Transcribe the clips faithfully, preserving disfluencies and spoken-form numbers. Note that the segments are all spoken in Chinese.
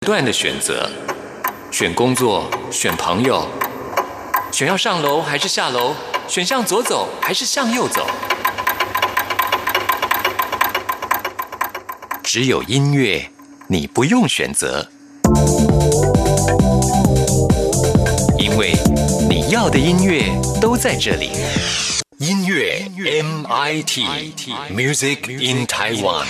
不断的选择，选工作，选朋友，选要上楼还是下楼，选向左走还是向右走。只有音乐，你不用选择，因为你要的音乐都在这里。音乐 M I T Music in Taiwan。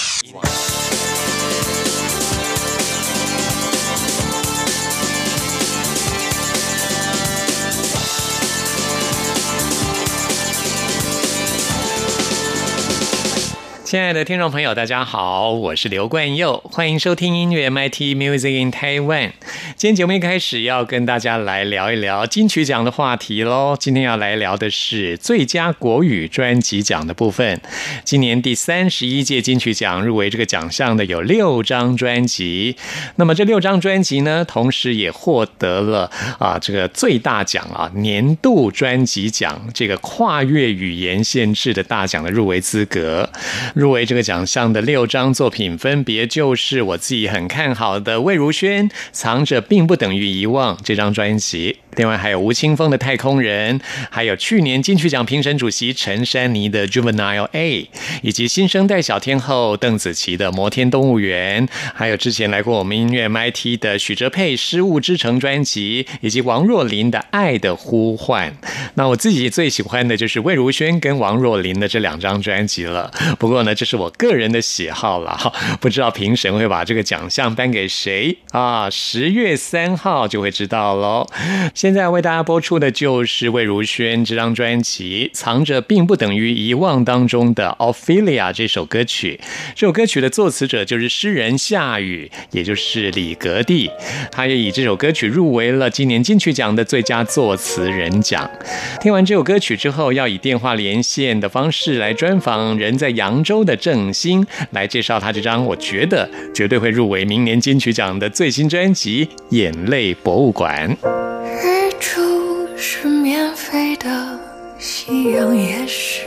亲爱的听众朋友，大家好，我是刘冠佑，欢迎收听音乐 M I T Music in Taiwan。今天节目一开始要跟大家来聊一聊金曲奖的话题咯。今天要来聊的是最佳国语专辑奖的部分。今年第三十一届金曲奖入围这个奖项的有六张专辑，那么这六张专辑呢，同时也获得了啊这个最大奖啊年度专辑奖这个跨越语言限制的大奖的入围资格。入围这个奖项的六张作品分别就是我自己很看好的魏如萱《藏着并不等于遗忘》这张专辑，另外还有吴青峰的《太空人》，还有去年金曲奖评审主席陈珊妮的《Juvenile A》，以及新生代小天后邓紫棋的《摩天动物园》，还有之前来过我们音乐 M I T 的许哲佩《失物之城》专辑，以及王若琳的《爱的呼唤》。那我自己最喜欢的就是魏如萱跟王若琳的这两张专辑了，不过呢这是我个人的喜好啦，不知道评审会把这个奖项颁给谁啊？十月三号就会知道咯。现在为大家播出的就是魏如萱这张专辑《藏着并不等于遗忘》当中的 Ophelia 这首歌曲。这首歌曲的作词者就是诗人夏宇，也就是李格弟，他也以这首歌曲入围了今年金曲奖的最佳作词人奖。听完这首歌曲之后，要以电话连线的方式来专访人在扬州的郑兴，来介绍他这张我觉得绝对会入围明年金曲奖的最新专辑《眼泪博物馆》。 日出是免费的，夕阳也是，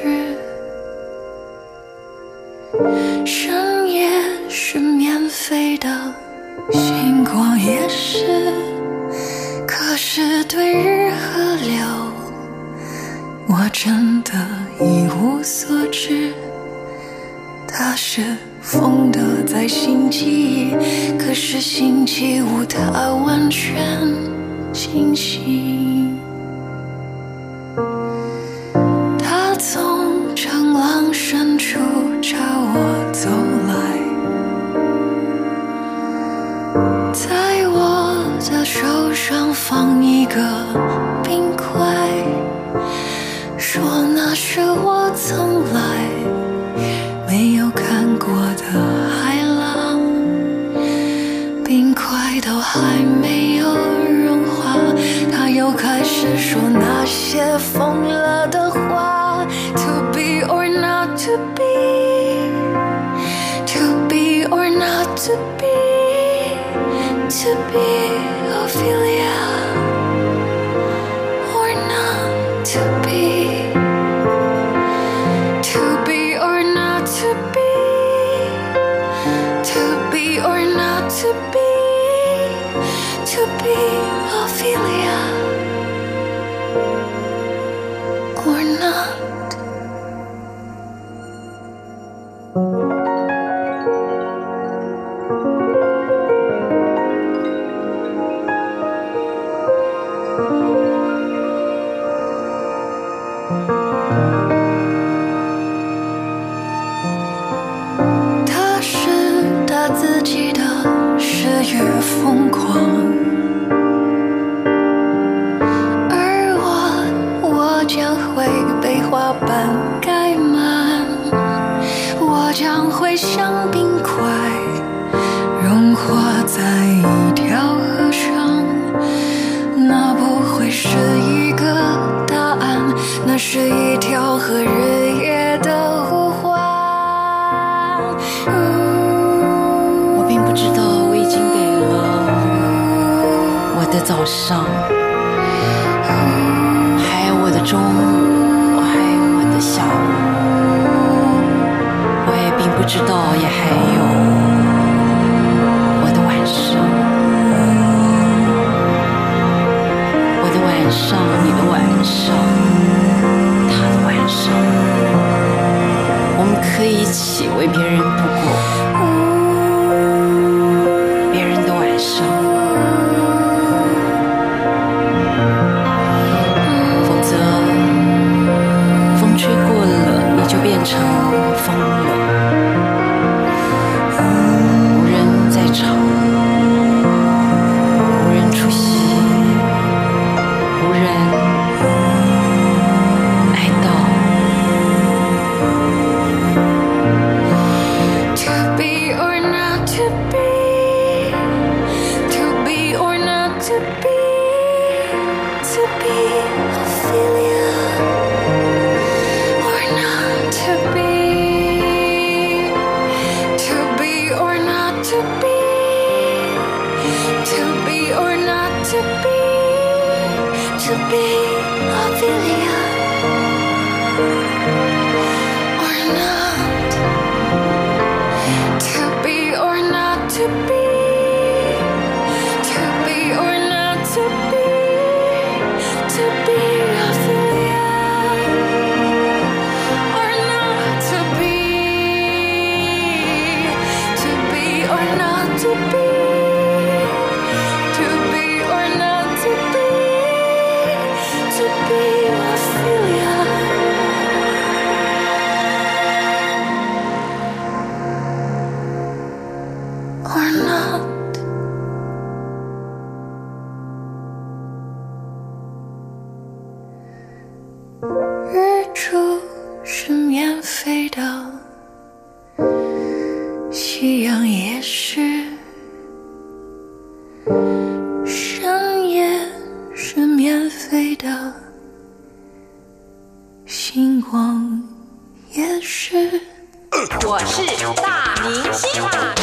深夜是免费的，星光也是，可是对日和流我真的一无所知。它是风的在星期一，可是星期五它完全清晰。它从长廊深处朝我走来，在我的手上放一个冰块，说那是我从来没有看过的海浪，冰块都还没有融化，他又开始说那些疯了的话。 To be or not to be, to be or not to be, to be Ophelia or not to be, to be or not to be, to be or not to be, to be Ophelia or not. 他是他自己的事与疯狂，而我我将会被花瓣盖满，我将会像冰块融化在一条河上，那不会是一个答案，那是一条河日夜的呼唤。 我并不知道我已经给了我的早上，还有我的中午，还有我的下午，我也并不知道也还有我的晚上。 上，否则风吹过了，你就变成风了，无人在场，无人出席，无人哀悼。 To be or not to be, to be or not to be, to be Ophelia or not to be, to be or not to be, to be or not to be, to be Ophelia or not, to be or not to be, to be or not to be, to be Ophelia or not to be, to be or not to be, to be or not to be, to be Ophelia or not. 日出是免费的，夕阳也是，深夜是免费的，星光也是。 我是大明星啊！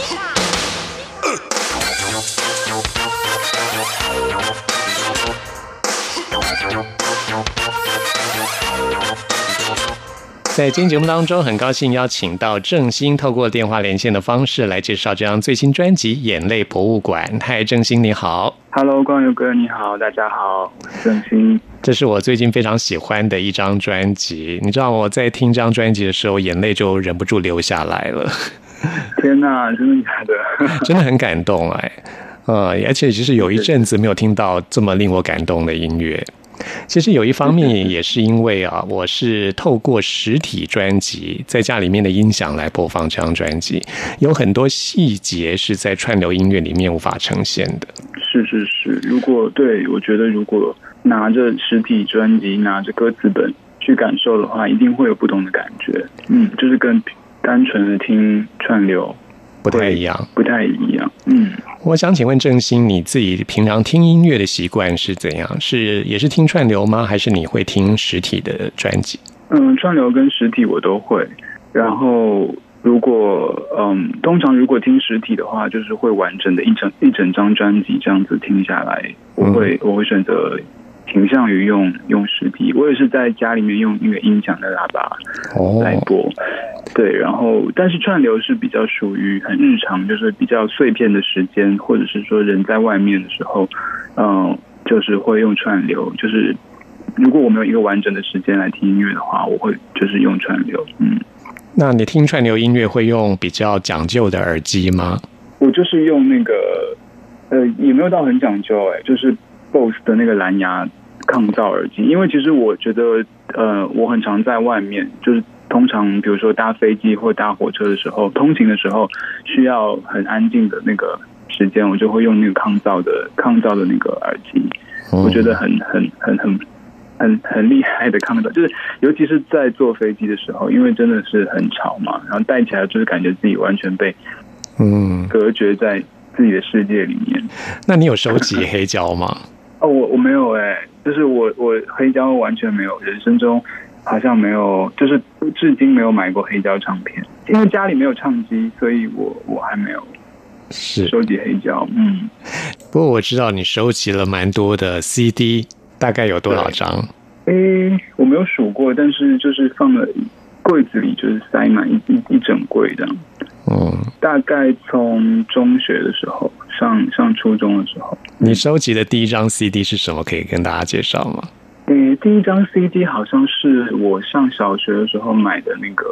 在今天节目当中，很高兴邀请到郑兴，透过电话连线的方式来介绍这张最新专辑《眼泪博物馆》。嗨，郑兴你好。 Hello， 光友哥你好，大家好，郑兴。 这是我最近非常喜欢的一张专辑，你知道我在听这张专辑的时候，眼泪就忍不住流下来了。 天哪，真的假的？ 真的很感动哎，呃，而且其实有一阵子没有听到这么令我感动的音乐。其实有一方面也是因为啊，我是透过实体专辑在家里面的音响来播放这张专辑，有很多细节是在串流音乐里面无法呈现的。 是是是，如果对我觉得如果拿着实体专辑拿着歌词本去感受的话，一定会有不同的感觉。嗯，就是跟单纯的听串流不太一样， 不太一样。嗯， 我想请问郑兴，你自己平常听音乐的习惯是怎样？是也是听串流吗？还是你会听实体的专辑？ 嗯，串流跟实体我都会。然后如果嗯，通常如果听实体的话，就是会完整的一整一整张专辑这样子听下来，我会、嗯、我会选择倾向于用用实体。我也是在家里面用那个音响的喇叭来播。哦，对，然后但是串流是比较属于很日常，就是比较碎片的时间，或者是说人在外面的时候，嗯，就是会用串流。就是如果我没有一个完整的时间来听音乐的话，我会就是用串流。嗯， 那你听串流音乐会用比较讲究的耳机吗？ 我就是用那个呃，也没有到很讲究哎，就是 B O S E 的那个蓝牙抗噪耳机，因为其实我觉得呃，我很常在外面，就是通常比如说搭飞机或搭火车的时候，通勤的时候需要很安静的那个时间，我就会用那个抗噪的抗噪的那个耳机，我觉得很很很很很很厉害的抗噪，就是尤其是在坐飞机的时候，因为真的是很吵嘛，然后戴起来就是感觉自己完全被嗯隔绝在自己的世界里面。 那你有收集黑胶吗？ 哦，我我没有哎、欸，就是我我黑胶完全没有，人生中好像没有，就是至今没有买过黑胶唱片，因为家里没有唱机，所以我我还没有是收集黑胶。嗯， 不过我知道你收集了蛮多的 C D， 大概有多少张？ 诶，我没有数过，但是就是放了柜子里，就是塞满一一一整柜这样。嗯，大概从中学的时候，上上初中的时候。 你收集的第一张 C D 是什么？可以跟大家介绍吗？ 诶，第一张 C D 好像是我上小学的时候买的那个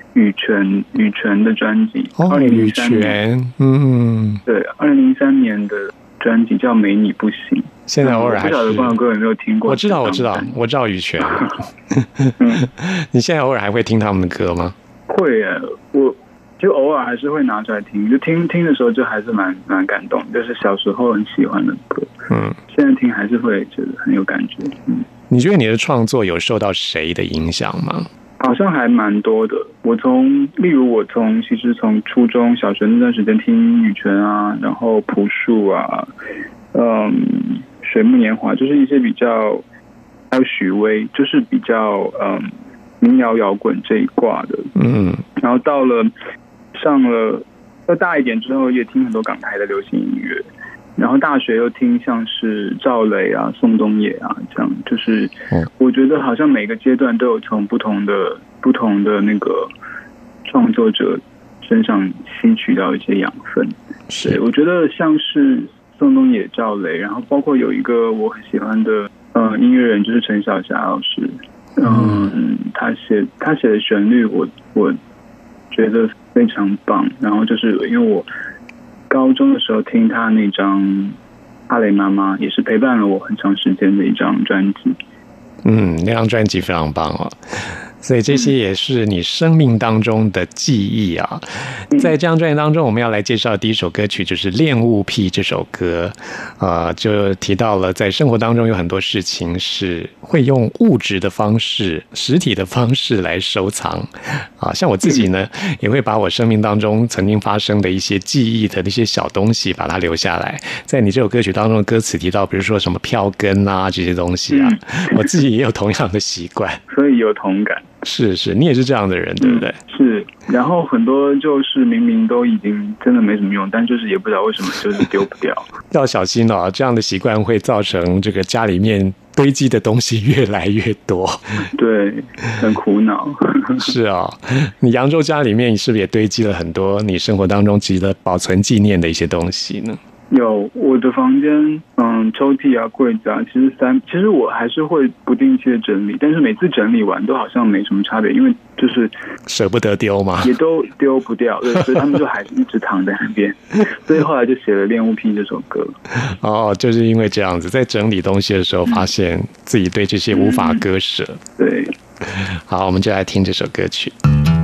羽泉羽泉的专辑， 哦，羽泉，嗯， 对，二零零三年的专辑叫《没你不行》。 现在偶尔还是， 不晓得光友哥有没有听过？ 我知道，我知道，我知道羽泉。你现在偶尔还会听他们的歌吗？ 会耶，我就偶尔还是会拿出来听，就听听的时候就还是蛮蛮感动，就是小时候很喜欢的歌，嗯，现在听还是会觉得很有感觉。嗯， 你觉得你的创作有受到谁的影响吗？ 好像还蛮多的。我从，例如我从其实从初中小学那段时间听羽泉啊，然后朴树啊，嗯，水木年华，就是一些比较，还有许巍，就是比较嗯民谣摇滚这一挂的。嗯，然后到了上了要大一点之后，也听很多港台的流行音乐。然后大学又听像是赵雷啊、宋冬野啊，这样就是我觉得好像每个阶段都有从不同的不同的那个创作者身上吸取到一些养分。是，我觉得像是宋冬野、赵雷，然后包括有一个我很喜欢的呃音乐人，就是陈小霞老师。嗯，他写他写的旋律我，我我觉得非常棒。然后就是因为我高中的时候听他那张《阿雷妈妈》，也是陪伴了我很长时间的一张专辑。嗯， 那张专辑非常棒哦。所以这些也是你生命当中的记忆啊。在这张专辑当中，我们要来介绍的第一首歌曲就是《恋物癖》这首歌，呃，就提到了在生活当中有很多事情是会用物质的方式、实体的方式来收藏啊。像我自己呢，也会把我生命当中曾经发生的一些记忆的那些小东西，把它留下来。在你这首歌曲当中的歌词提到，比如说什么票根啊这些东西啊，我自己也有同样的习惯， 所以有同感。 是是，你也是这样的人，对不对？ 嗯、是，然后很多就是明明都已经真的没什么用，但就是也不知道为什么就是丢不掉。 要小心哦，这样的习惯会造成这个家里面堆积的东西越来越多。 对，很苦恼。 是啊、哦，你扬州家里面是不是也堆积了很多你生活当中值得保存纪念的一些东西呢？ 有，我的房间，嗯，抽屉啊、柜子啊，其实三，其实我还是会不定期的整理，但是每次整理完都好像没什么差别，因为就是舍不得丢嘛， 也都丢不掉，对，所以他们就还是一直躺在那边，所以后来就写了《恋物癖》这首歌。 哦，就是因为这样子，在整理东西的时候，发现自己对这些无法割舍。嗯、 对， 好，我们就来听这首歌曲。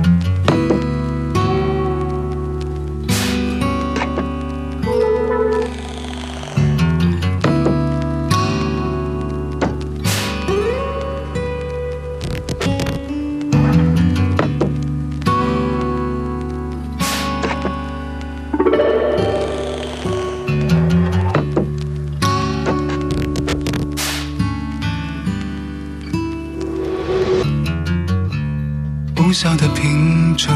不晓得凭证，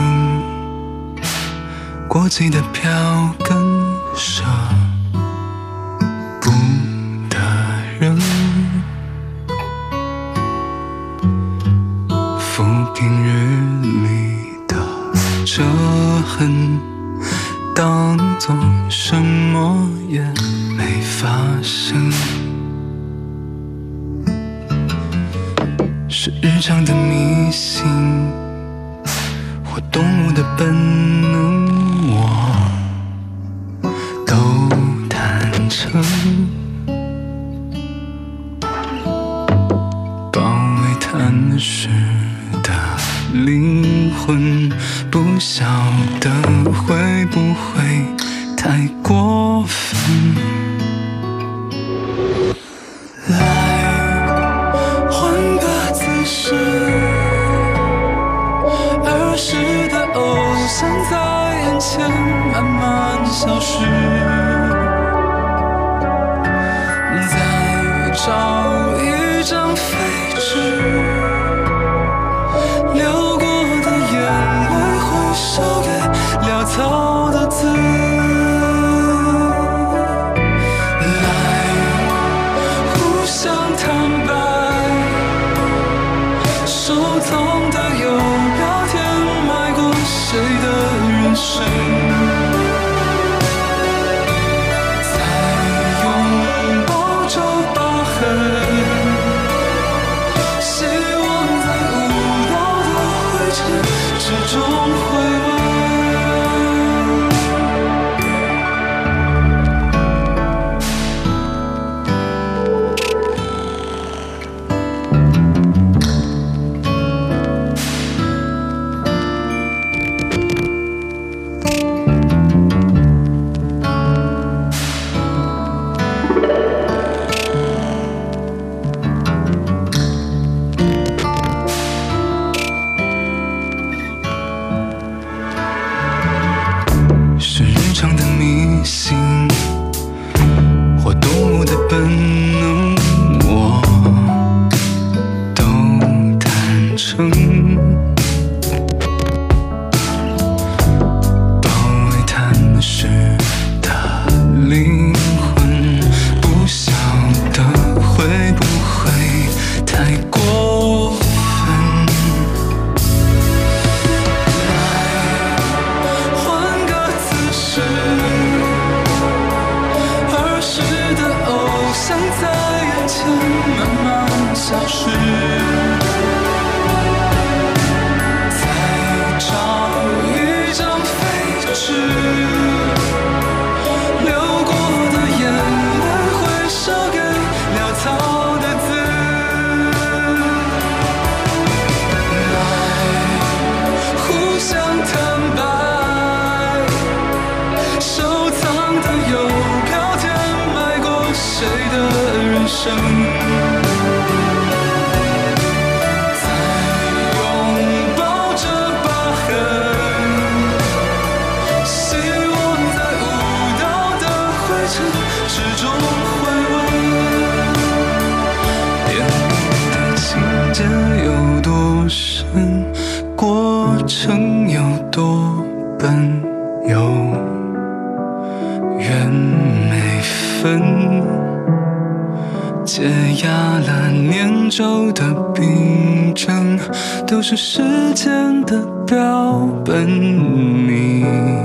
过期的票根，舍不得扔，抚平日里的折痕，当作什么也没发生，是日常的迷信或动物的本能，我都坦诚。包围贪食的灵魂，不晓得会不会太过分。来换个姿势，儿时的偶像在眼前慢慢消失，再找一张废纸，流过的眼泪回收给潦草的字。来互相坦白，手痛的邮票填埋过谁的人生，再拥抱皱疤痕，希望在无聊的灰尘之中是日常的迷信，或动物的本能，我都坦诚。包围他们时的灵魂，不晓得会不会太过分。换个姿势，儿时的偶像在眼前慢慢消失，再找一张废纸，流过的眼泪会烧给潦草的字。来互相坦白，收藏的邮票填埋过谁的人生，再拥抱着疤痕，希望在舞蹈的灰尘之中回温。恋慕的情节有多深，过程有多笨，有缘没分，解压了念皱的病症，都是时间的标本，你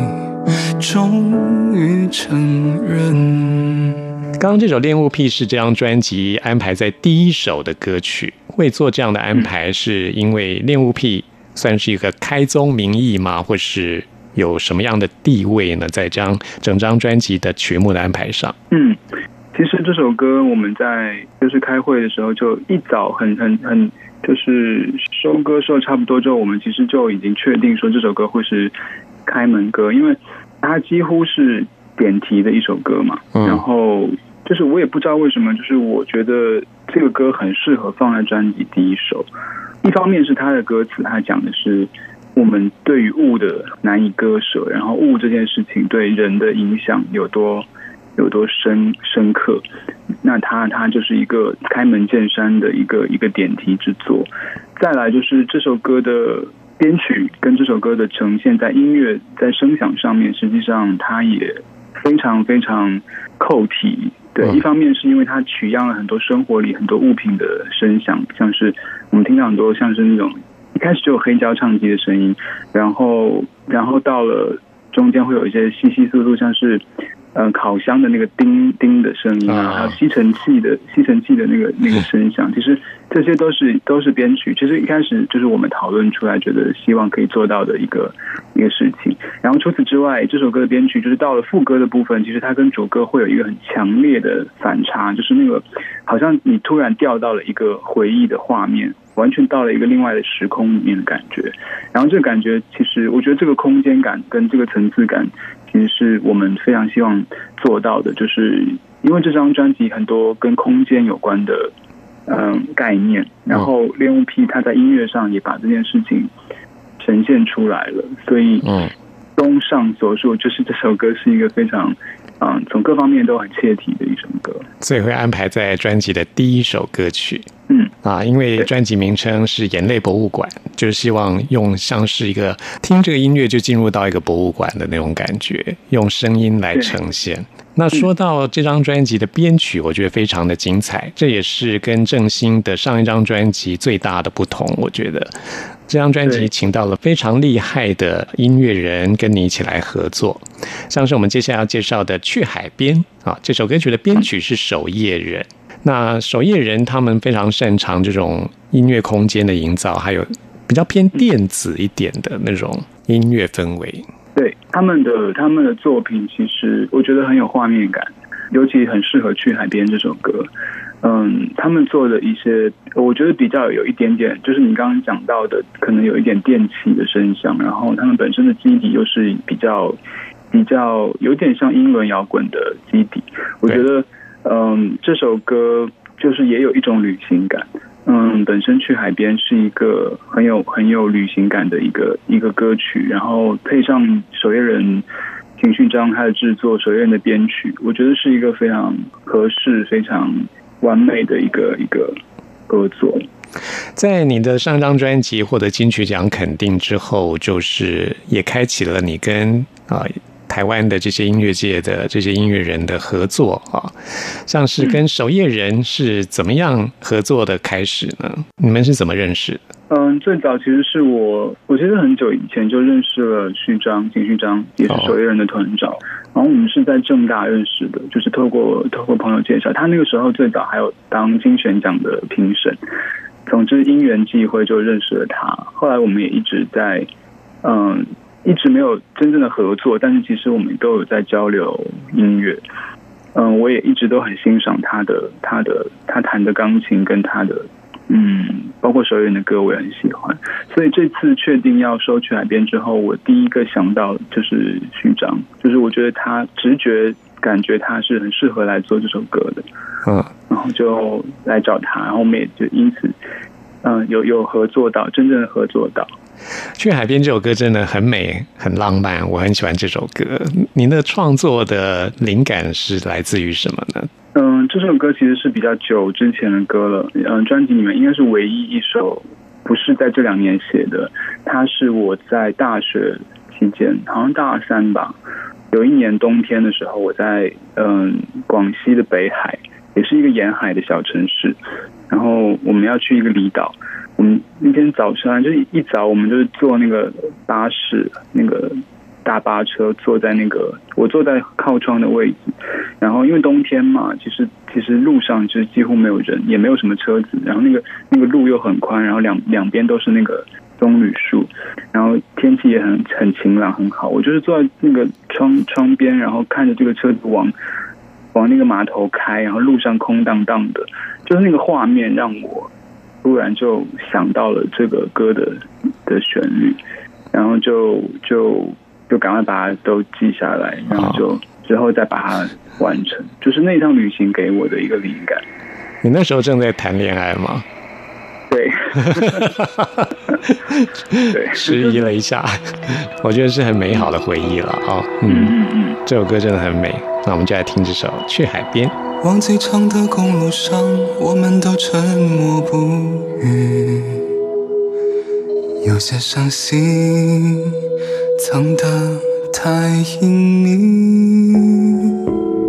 终于承认。 刚刚这首《恋物癖》是这张专辑安排在第一首的歌曲，会做这样的安排是因为《恋物癖》算是一个开宗明义吗？或是有什么样的地位呢？在这张整张专辑的曲目的安排上？ 嗯，其实这首歌我们在就是开会的时候就一早很很很就是收歌收差不多之后，我们其实就已经确定说这首歌会是开门歌，因为它几乎是点题的一首歌嘛。嗯、然后就是我也不知道为什么，就是我觉得这个歌很适合放在专辑第一首。一方面是它的歌词，它讲的是我们对于物的难以割舍，然后物这件事情对人的影响有多有多深深刻。那它它就是一个开门见山的一个一个点题之作。再来就是这首歌的编曲跟这首歌的呈现，在音乐在声响上面，实际上它也非常非常扣题。对，一方面是因为它取样了很多生活里很多物品的声响，像是我们听到很多像是那种一开始就有黑胶唱机的声音，然后然后到了中间会有一些稀稀疏疏，像是呃烤箱的那个叮叮的声音啊，还有吸尘器的吸尘器的那个那个声响，其实这些都是都是编曲。其实一开始就是我们讨论出来，觉得希望可以做到的一个一个事情。然后除此之外，这首歌的编曲就是到了副歌的部分，其实它跟主歌会有一个很强烈的反差，就是那个好像你突然掉到了一个回忆的画面，完全到了一个另外的时空里面的感觉。然后这个感觉，其实我觉得这个空间感跟这个层次感，其实是我们非常希望做到的。就是因为这张专辑很多跟空间有关的嗯概念，然后恋物癖它在音乐上也把这件事情呈现出来了，所以嗯，综上所述，就是这首歌是一个非常嗯从各方面都很切题的一首歌， 所以会安排在专辑的第一首歌曲。 嗯啊，因为专辑名称是眼泪博物馆，就是希望用像是一个听这个音乐就进入到一个博物馆的那种感觉，用声音来呈现。那说到这张专辑的编曲，我觉得非常的精彩，这也是跟郑兴的上一张专辑最大的不同。我觉得这张专辑请到了非常厉害的音乐人跟你一起来合作，像是我们接下来要介绍的《去海边》啊，这首歌曲的编曲是守夜人。那守夜人他们非常擅长这种音乐空间的营造，还有比较偏电子一点的那种音乐氛围。 对，他们的他们的作品其实我觉得很有画面感，尤其很适合《去海边》这首歌。嗯，他们做的一些我觉得比较有一点点，就是你刚刚讲到的可能有一点电器的声响，然后他们本身的基底又是比较比较有点像英伦摇滚的基底。我觉得嗯，这首歌就是也有一种旅行感。嗯，本身去海边是一个很有很有旅行感的一个一个歌曲，然后配上守夜人秦旭章他的制作，守夜人的编曲，我觉得是一个非常合适、非常完美的一个一个合作。 在你的上张专辑获得金曲奖肯定之后，就是也开启了你跟啊、呃、台湾的这些音乐界的这些音乐人的合作啊，像是跟守夜人是怎么样合作的开始呢？你们是怎么认识的？ 嗯，最早其实是我，我其实很久以前就认识了旭章，秦旭章也是守夜人的团长，哦、然后我们是在政大认识的，就是透过透过朋友介绍，他那个时候最早还有当金选奖的评审。总之因缘际会就认识了他，后来我们也一直在，嗯，一直没有真正的合作，但是其实我们都有在交流音乐。嗯，我也一直都很欣赏他的他的他弹的钢琴跟他的嗯，包括守夜人的歌我也很喜欢。所以这次确定要收去海边之后，我第一个想到就是旭章，就是我觉得他直觉感觉他是很适合来做这首歌的。嗯，然后就来找他，然后我们也就因此，嗯、呃，有有合作到，真正的合作到。 去海边这首歌真的很美，很浪漫，我很喜欢这首歌。您的创作的灵感是来自于什么呢？ 嗯，这首歌其实是比较久之前的歌了，嗯，专辑里面应该是唯一一首不是在这两年写的，它是我在大学期间，好像大三吧，有一年冬天的时候，我在嗯广西的北海。也是一个沿海的小城市，然后我们要去一个离岛。我们那天早上就是一早，我们就是坐那个巴士，那个大巴车，坐在那个我坐在靠窗的位置。然后因为冬天嘛，其实其实路上就是几乎没有人，也没有什么车子。然后那个那个路又很宽，然后两两边都是那个棕榈树，然后天气也很很晴朗，很好。我就是坐在那个窗窗边，然后看着这个车子往。往那个码头开，然后路上空荡荡的，就是那个画面让我突然就想到了这个歌的的旋律，然后就就就赶快把它都记下来，然后就之后再把它完成，就是那趟旅行给我的一个灵感。 你那时候正在谈恋爱吗？ 对，对， 迟疑了一下，我觉得是很美好的回忆了啊、哦。嗯嗯嗯，这首歌真的很美，那我们就来听这首《去海边》。 往机场的公路上，我们都沉默不语，有些伤心，藏得太隐秘。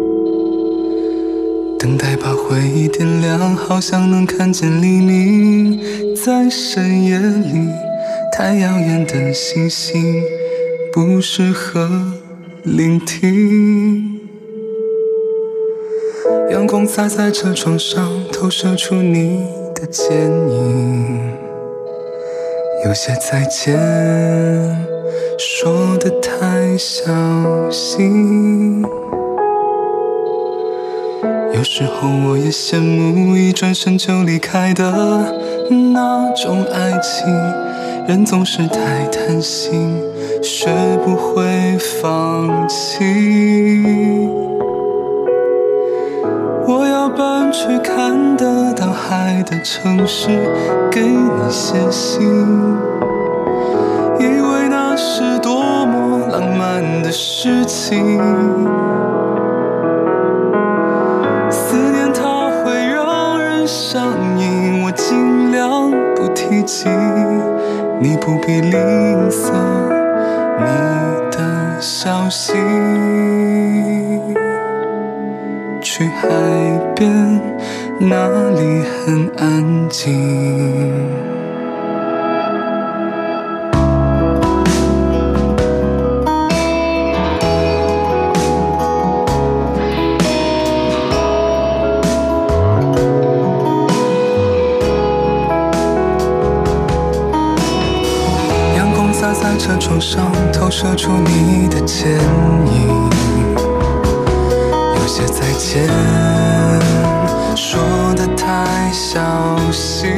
等待把回忆点亮，好像能看见黎明。在深夜里，太耀眼的星星不适合聆听。阳光洒在车窗上，投射出你的剪影。有些再见说得太小心，有时候我也羡慕一转身就离开的那种爱情，人总是太贪心，学不会放弃。我要搬去看得到海的城市，给你写信，以为那是多么浪漫的事情。思念它会让人上瘾，我尽量不提及，你不必吝啬你的消息。去海边，那里很安静。阳光洒在车窗上，投射出你的剪影。有些再见说得太小心，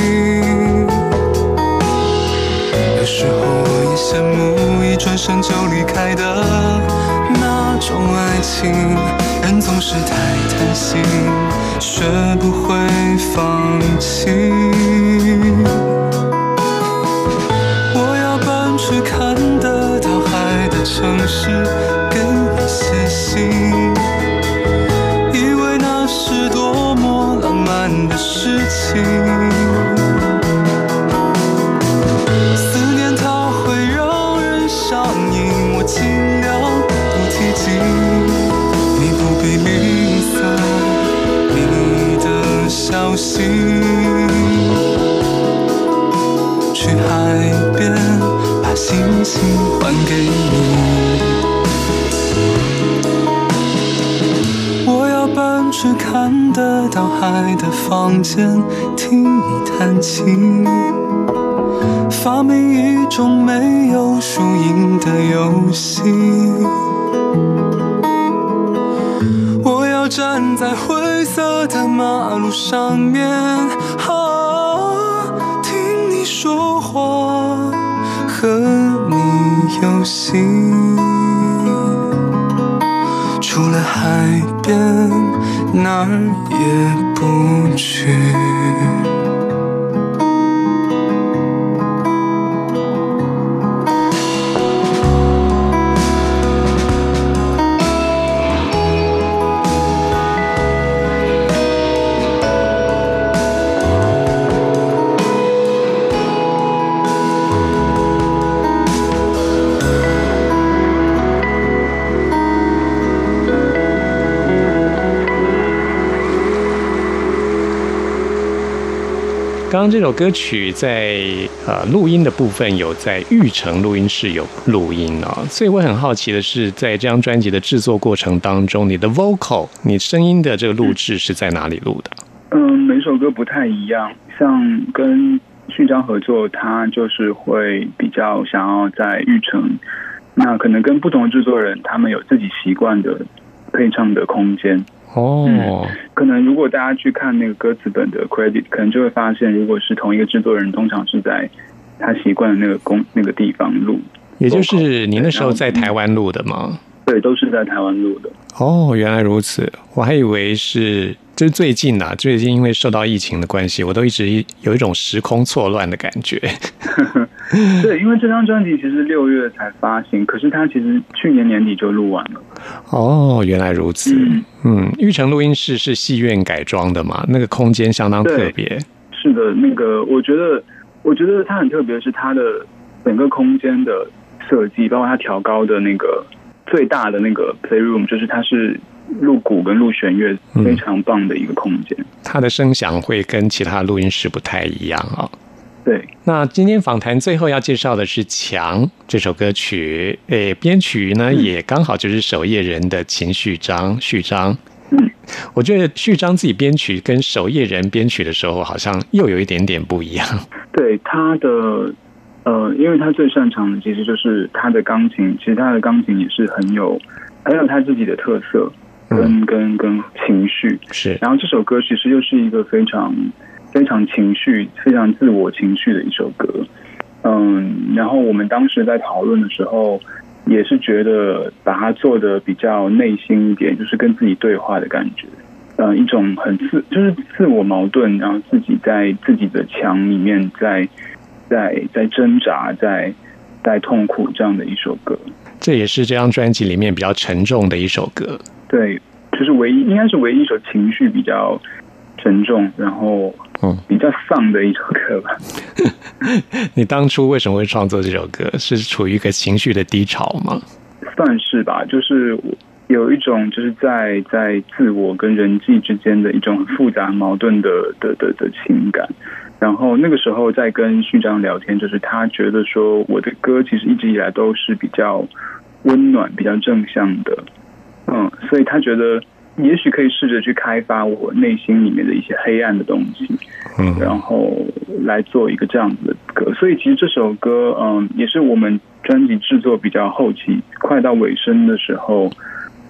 有时候我也羡慕一转身就离开的那种爱情，人总是太贪心，学不会放弃。我要搬去看得到海的城市，给你写信，以为那是多么浪漫的事情。思念它会让人上瘾，我尽量不提及，你不必吝啬你的消息。去海边把心情还给你，我要搬去看得到海的房间，听你弹琴，发明一种没有输赢的游戏。我要站在灰色的马路上面，啊，听你说话，和你游戏。除了海边，哪儿也不去。 刚刚这首歌曲在呃录音的部分有在玉成录音室有录音啊、哦，所以我很好奇的是，在这张专辑的制作过程当中，你的 vocal 你声音的这个录制是在哪里录的？ 嗯，每首歌不太一样，像跟序章合作，他就是会比较想要在玉成，那可能跟不同的制作人，他们有自己习惯的配唱的空间。 哦、嗯， 可能如果大家去看那个歌词本的 credit， 可能就会发现，如果是同一个制作人，通常是在他习惯的那个公那个地方录。 也就是你那时候在台湾录的吗？ 对，都是在台湾录的。 哦，原来如此，我还以为是就是最近啊，最近因为受到疫情的关系，我都一直有一种时空错乱的感觉。 对，因为这张专辑其实六月才发行，可是它其实去年年底就录完了。 哦，原来如此。嗯，嗯玉成录音室是戏院改装的嘛，那个空间相当特别。 是的，那个我觉得，我觉得它很特别，是它的整个空间的设计，包括它调高的那个最大的那个 playroom， 就是它是录鼓跟录弦乐非常棒的一个空间。嗯、 它的声响会跟其他录音室不太一样啊、哦。 对， 那今天访谈最后要介绍的是《墙》这首歌曲，诶，编曲呢、嗯、也刚好就是守夜人的秦序章序章。 嗯， 我觉得序章自己编曲跟守夜人编曲的时候，好像又有一点点不一样。 对，他的呃，因为他最擅长的其实就是他的钢琴，其实他的钢琴也是很有很有他自己的特色跟、嗯、跟跟情绪。 是， 然后这首歌其实又是一个非常。非常情绪、非常自我情绪的一首歌，嗯，然后我们当时在讨论的时候，也是觉得把它做的比较内心一点，就是跟自己对话的感觉，嗯，一种很自就是自我矛盾，然后自己在自己的墙里面在在在挣扎，在在痛苦这样的一首歌。 这也是这张专辑里面比较沉重的一首歌。 对，就是唯一应该是唯一一首情绪比较沉重，然后比较丧的一首歌吧。 你当初为什么会创作这首歌？是处于一个情绪的低潮吗？ 算是吧，就是有一种就是在在自我跟人际之间的一种很复杂矛盾的的的的情感。然后那个时候在跟序章聊天，就是他觉得说我的歌其实一直以来都是比较温暖、比较正向的，嗯，所以他觉得也许可以试着去开发我内心里面的一些黑暗的东西，嗯，然后来做一个这样子的歌。所以其实这首歌，嗯，也是我们专辑制作比较后期、快到尾声的时候，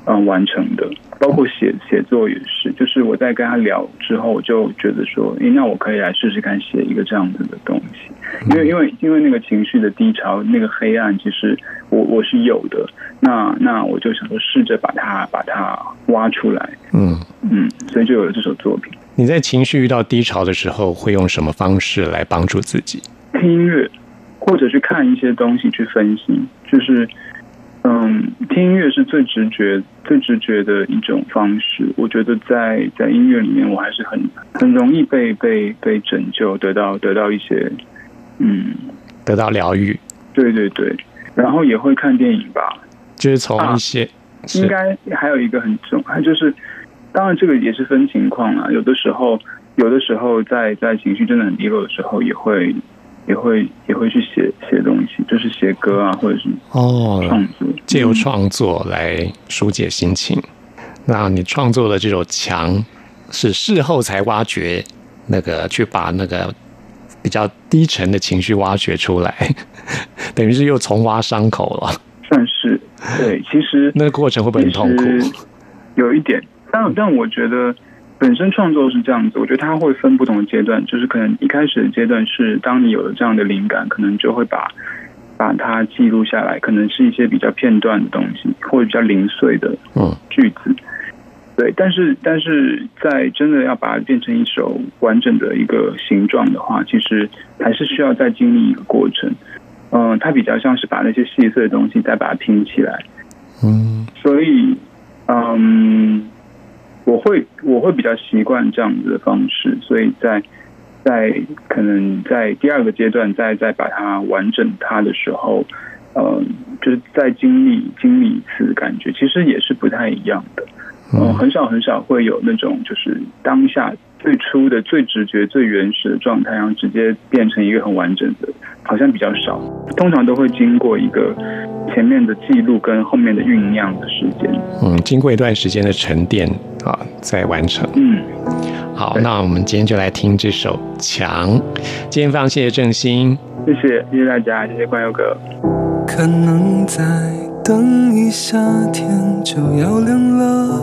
嗯、呃、完成的。包括写写作也是，就是我在跟他聊之后，我就觉得说，诶，那我可以来试试看写一个这样子的东西，因为因为因为那个情绪的低潮，那个黑暗，其实我我是有的，那那我就想说，试着把它把它挖出来，嗯嗯，所以就有了这首作品。 你在情绪遇到低潮的时候，会用什么方式来帮助自己？ 听音乐，或者去看一些东西去分析，就是。嗯，听音乐是最直觉、最直觉的一种方式。我觉得在在音乐里面，我还是很很容易被被被拯救，得到得到一些嗯， 得到疗愈。 对对对，然后也会看电影吧， 就是从一些、 啊、应该还有一个很重要，就是当然这个也是分情况啦。有的时候，有的时候在在情绪真的很低落的时候，也会。也会也会去写写东西，就是写歌啊，或者是哦创作， 借由创作来疏解心情。那你创作的这首《墙》是事后才挖掘，那个去把那个比较低沉的情绪挖掘出来，等于是又重挖伤口了。 算是对，其实那个过程会不会很痛苦？ 有一点，但但我觉得。本身创作是这样子，我觉得它会分不同的阶段，就是可能一开始的阶段是当你有了这样的灵感，可能就会把把它记录下来，可能是一些比较片段的东西，或者比较零碎的句子。嗯、对，但是但是在真的要把它变成一首完整的一个形状的话，其实还是需要再经历一个过程。嗯、呃，它比较像是把那些细碎的东西再把它拼起来。嗯，所以嗯。我会我会比较习惯这样子的方式，所以在在可能在第二个阶段再再把它完整它的时候，呃，就是再经历经历一次，感觉其实也是不太一样的。嗯、呃，很少很少会有那种就是当下最初的最直觉最原始的状态，然后直接变成一个很完整的，好像比较少。通常都会经过一个前面的记录跟后面的酝酿的时间。 嗯，经过一段时间的沉淀啊，再完成。 嗯， 好，那我们今天就来听这首《墙》。今天非常谢谢正兴， 谢谢谢谢大家，谢谢冠佑哥。 可能再等一下天就要亮了，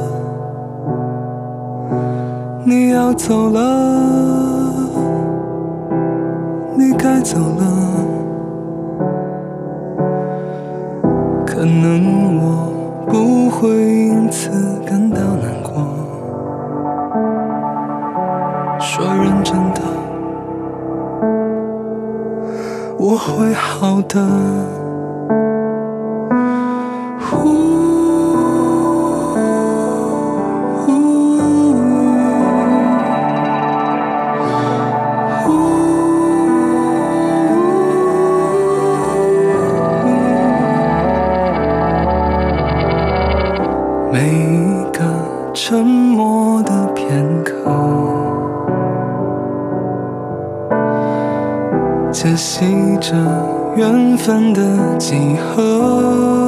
你要走了，你该走了。可能我不会因此感到难过，说认真的，我会好的。沉默的片刻，解析着缘分的几何。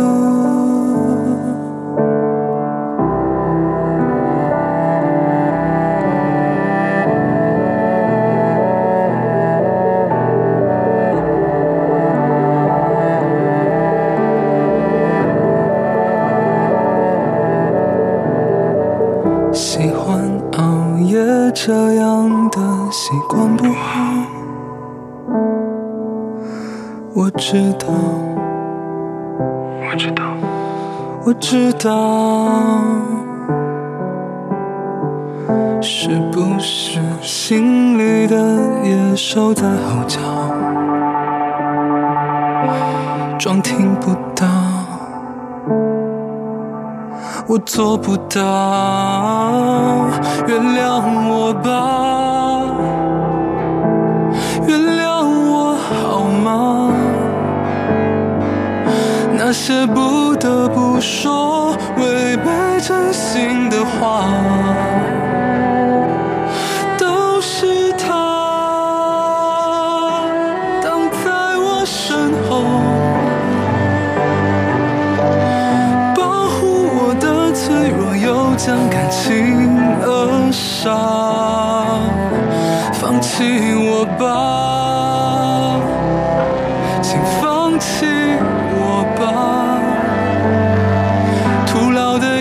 喜欢熬夜这样的习惯不好，我知道，我知道，我知道，是不是心里的野兽在吼叫，装听不到。我做不到，原谅我吧，原谅我好吗？那些不得不说违背真心的话，都是他挡在我身后，将感情扼杀，放弃我吧，请放弃我吧，徒劳的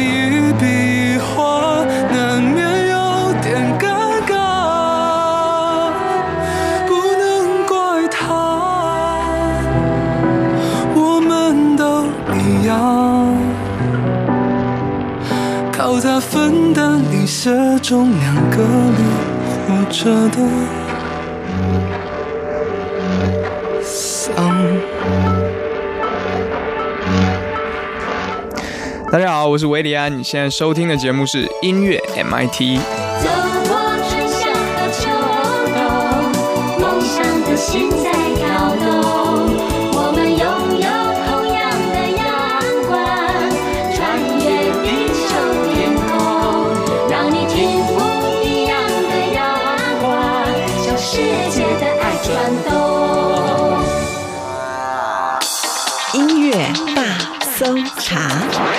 你写中两个里活着的丧。 大家好，我是维里安，你现在收听的节目是音乐 M I T。 走过春夏和秋冬，梦想的心在跳动，我们拥有同样的阳光，穿越地球天空，让你听不一样的阳光，向世界的爱转动。 音乐大搜查。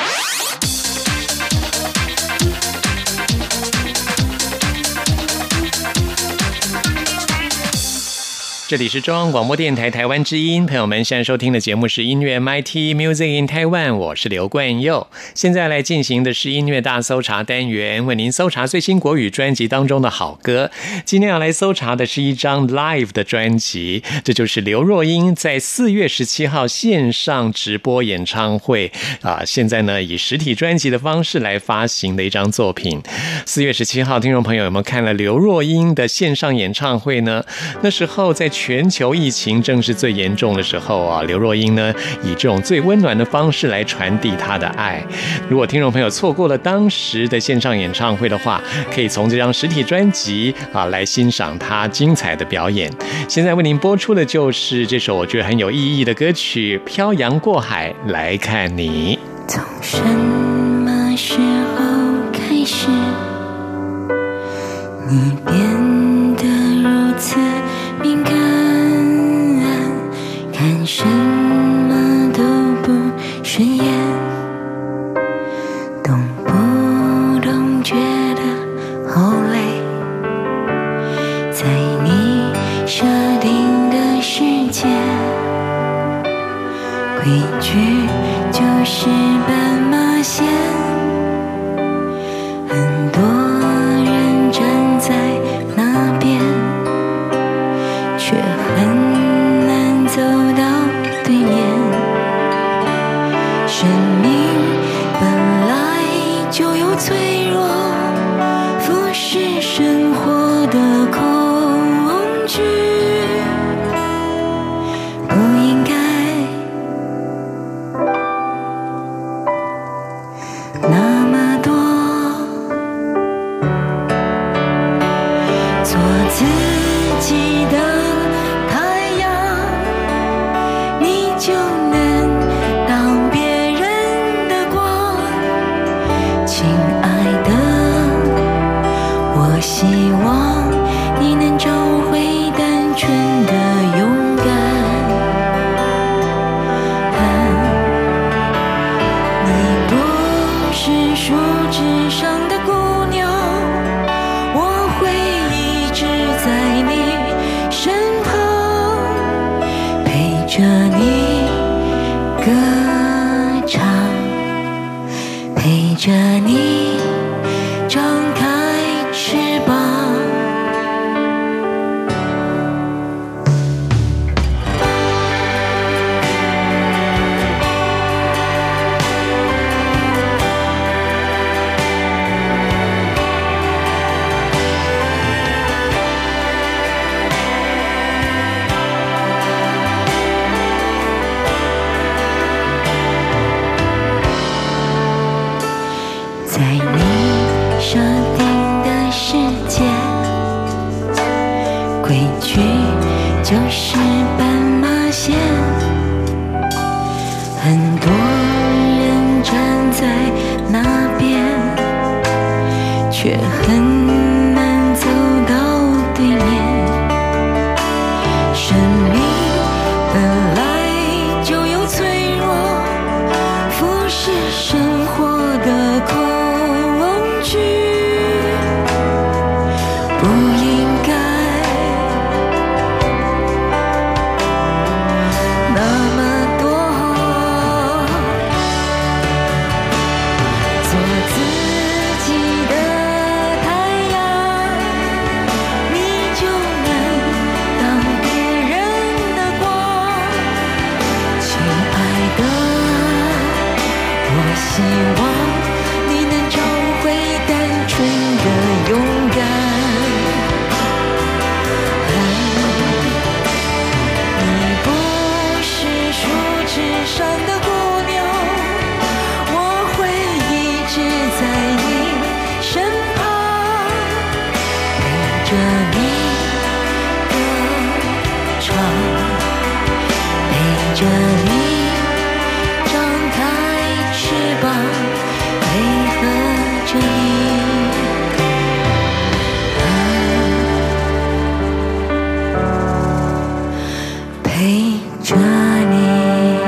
这里是中央广播电台台湾之音，朋友们现在收听的节目是音乐 M I T Music in Taiwan， 我是刘冠佑。现在来进行的是音乐大搜查单元，为您搜查最新国语专辑当中的好歌。今天要来搜查的是一张 live 的专辑，这就是刘若英在四月十七号线上直播演唱会啊，现在呢以实体专辑的方式来发行的一张作品。四月十七号，听众朋友有没有看了刘若英的线上演唱会呢？那时候在全球疫情正是最严重的时候啊，刘若英呢以这种最温暖的方式来传递她的爱。如果听众朋友错过了当时的线上演唱会的话，可以从这张实体专辑啊来欣赏她精彩的表演。现在为您播出的就是这首我觉得很有意义的歌曲《漂洋过海来看你》。 从什么时候开始，你变得如此敏感，看什么都不顺眼，动不动觉得好累，在你设定的世界，规矩就是斑马线，很多人站在那边，却很难走到对面。生命本来就有脆弱，俯视生活的恐惧，不应该那么多，做自己的太阳，你就能当别人的光。亲爱的，我希望你能找回单纯的勇敢。你不是树枝上的姑娘，我会一直在你身旁，陪着你歌唱，陪着你张开翅膀。在你设定的世界，规矩就是斑马线，很多人站在那边，却很难走到对面。生命本来就有脆弱，俯视生活的恐惧，不应该那么多，做自己的太阳，你就能当别人的光。亲爱的，我希望你能找回单纯着你歌唱，陪着你张开翅膀，配合着你，陪着你。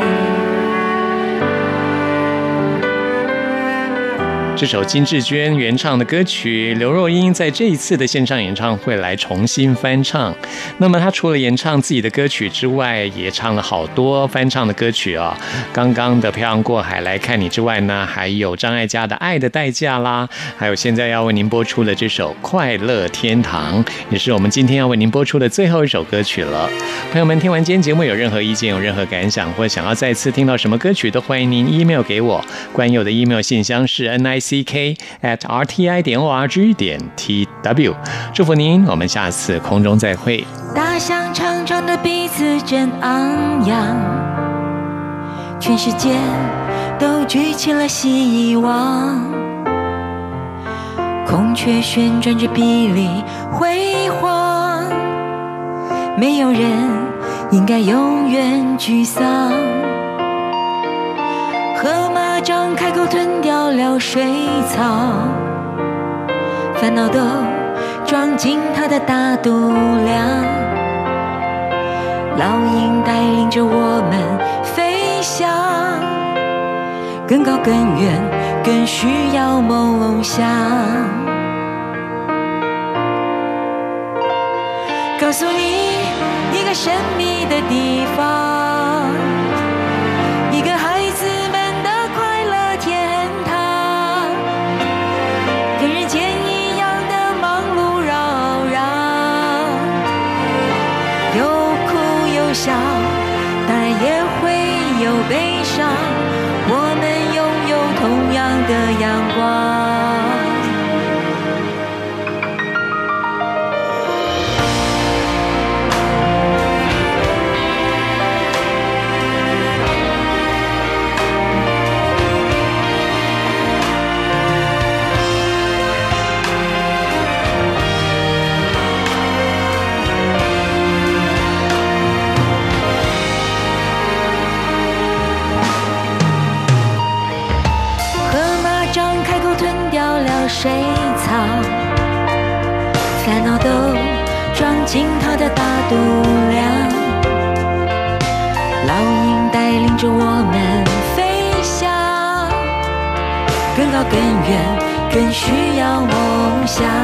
这首金智娟原唱的歌曲，刘若英在这一次的线上演唱会来重新翻唱。那么她除了演唱自己的歌曲之外，也唱了好多翻唱的歌曲啊、哦。刚刚的《漂洋过海来看你》之外呢，还有张艾嘉的《爱的代价》啦，还有现在要为您播出的这首《快乐天堂》，也是我们今天要为您播出的最后一首歌曲了。朋友们，听完今天节目有任何意见、有任何感想，或想要再次听到什么歌曲，都欢迎您 email 给我。关佑的 email 信箱是 n i c k at r t i 点 o r g 点 t w。祝福您，我们下次空中再会。 大象长长的鼻子真昂扬，全世界都举起了希望。孔雀旋转着碧绿辉煌，没有人应该永远沮丧。河马张开口吞掉了水草，烦恼都装进它的大肚量。老鹰带领着我们飞翔，更高更远更需要梦想。告诉你一个神秘的地方，一个孩子们的快乐天堂，跟人间一样的忙碌扰攘，有哭有笑，当然也会有悲伤，我们拥有同样的阳光。水草，烦恼都装进它的大肚量。老鹰带领着我们飞翔，更高更远更需要梦想。